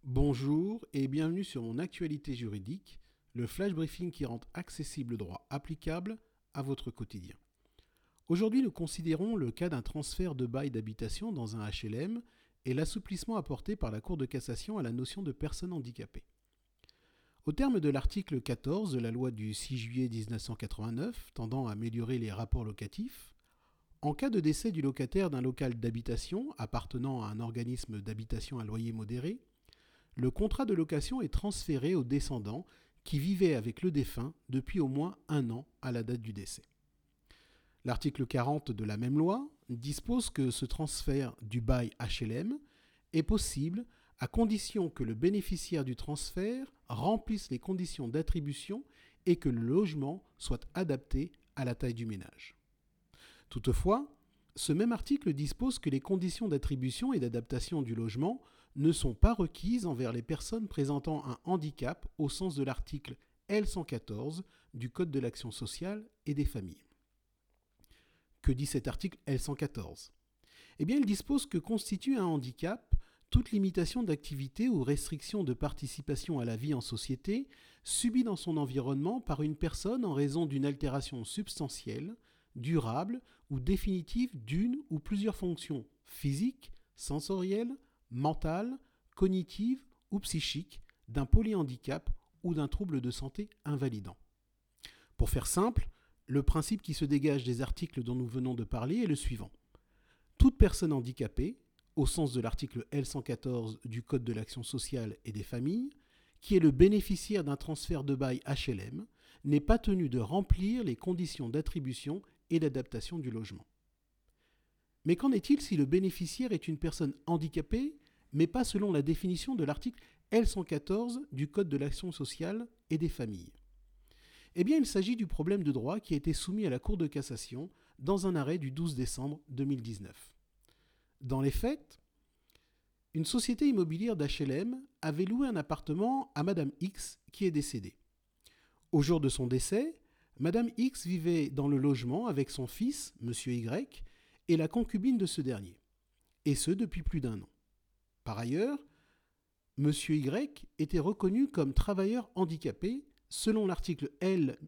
Bonjour et bienvenue sur mon actualité juridique, le flash briefing qui rend accessible le droit applicable à votre quotidien. Aujourd'hui, nous considérons le cas d'un transfert de bail d'habitation dans un HLM et l'assouplissement apporté par la Cour de cassation à la notion de personne handicapée. Au terme de l'article 14 de la loi du 6 juillet 1989 tendant à améliorer les rapports locatifs, en cas de décès du locataire d'un local d'habitation appartenant à un organisme d'habitation à loyer modéré, le contrat de location est transféré aux descendants qui vivaient avec le défunt depuis au moins un an à la date du décès. L'article 40 de la même loi dispose que ce transfert du bail HLM est possible à condition que le bénéficiaire du transfert remplisse les conditions d'attribution et que le logement soit adapté à la taille du ménage. Toutefois, ce même article dispose que les conditions d'attribution et d'adaptation du logement ne sont pas requises envers les personnes présentant un handicap au sens de l'article L114 du Code de l'action sociale et des familles. Que dit cet article L114 ? Eh bien, il dispose que constitue un handicap toute limitation d'activité ou restriction de participation à la vie en société subie dans son environnement par une personne en raison d'une altération substantielle, durable ou définitive d'une ou plusieurs fonctions physiques, sensorielles, mentales, cognitives ou psychiques, d'un polyhandicap ou d'un trouble de santé invalidant. Pour faire simple, le principe qui se dégage des articles dont nous venons de parler est le suivant. Toute personne handicapée, au sens de l'article L114 du Code de l'action sociale et des familles, qui est le bénéficiaire d'un transfert de bail HLM, n'est pas tenue de remplir les conditions d'attribution et d'adaptation du logement. Mais qu'en est-il si le bénéficiaire est une personne handicapée, mais pas selon la définition de l'article L114 du Code de l'action sociale et des familles ? Eh bien, il s'agit du problème de droit qui a été soumis à la Cour de cassation dans un arrêt du 12 décembre 2019. Dans les faits, une société immobilière d'HLM avait loué un appartement à Madame X qui est décédée. Au jour de son décès, Madame X vivait dans le logement avec son fils, Monsieur Y, et la concubine de ce dernier, et ce depuis plus d'un an. Par ailleurs, Monsieur Y était reconnu comme travailleur handicapé selon l'article L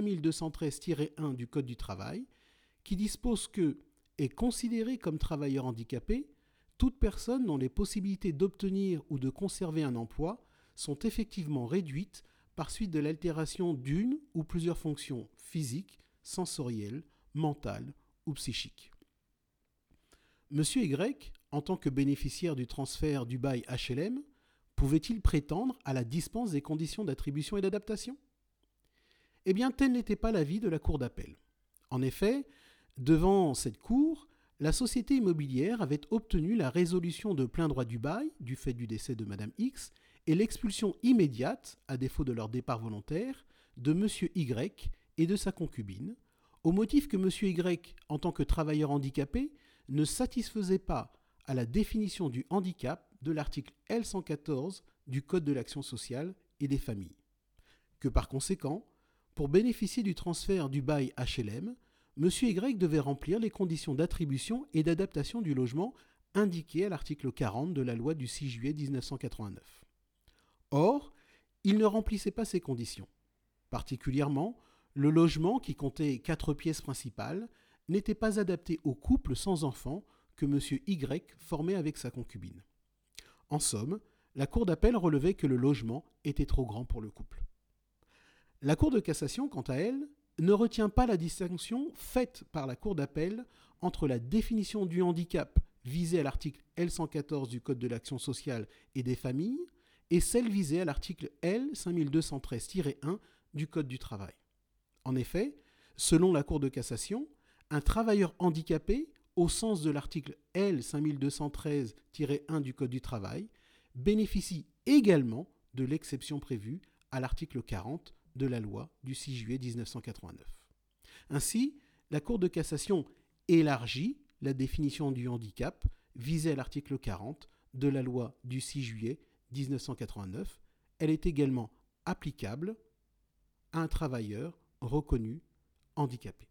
5213-1 du Code du travail, qui dispose que est considéré comme travailleur handicapé toute personne dont les possibilités d'obtenir ou de conserver un emploi sont effectivement réduites par suite de l'altération d'une ou plusieurs fonctions physiques, sensorielles, mentales ou psychiques. Monsieur Y, en tant que bénéficiaire du transfert du bail HLM, pouvait-il prétendre à la dispense des conditions d'attribution et d'adaptation ? Eh bien, tel n'était pas l'avis de la Cour d'appel. En effet, devant cette Cour, la société immobilière avait obtenu la résolution de plein droit du bail du fait du décès de Madame X et l'expulsion immédiate, à défaut de leur départ volontaire, de Monsieur Y et de sa concubine, au motif que Monsieur Y, en tant que travailleur handicapé, ne satisfaisait pas à la définition du handicap de l'article L114 du Code de l'action sociale et des familles. Que par conséquent, pour bénéficier du transfert du bail HLM, Monsieur Y devait remplir les conditions d'attribution et d'adaptation du logement indiquées à l'article 40 de la loi du 6 juillet 1989. Or, il ne remplissait pas ces conditions. Particulièrement, le logement, qui comptait 4 pièces principales, n'était pas adapté au couple sans enfant que Monsieur Y formait avec sa concubine. En somme, la Cour d'appel relevait que le logement était trop grand pour le couple. La Cour de cassation, quant à elle, ne retient pas la distinction faite par la Cour d'appel entre la définition du handicap visée à l'article L114 du Code de l'action sociale et des familles et celle visée à l'article L 5213-1 du Code du travail. En effet, selon la Cour de cassation, un travailleur handicapé, au sens de l'article L 5213-1 du Code du travail, bénéficie également de l'exception prévue à l'article 40 de la loi du 6 juillet 1989. Ainsi, la Cour de cassation élargit la définition du handicap visée à l'article 40 de la loi du 6 juillet 1989. Elle est également applicable à un travailleur reconnu handicapé.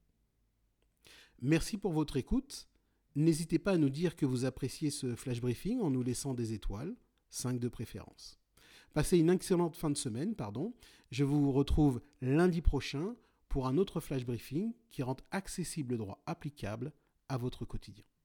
Merci pour votre écoute. N'hésitez pas à nous dire que vous appréciez ce flash briefing en nous laissant des étoiles, 5 de préférence. Passez une excellente fin de semaine, Je vous retrouve lundi prochain pour un autre flash briefing qui rend accessible le droit applicable à votre quotidien.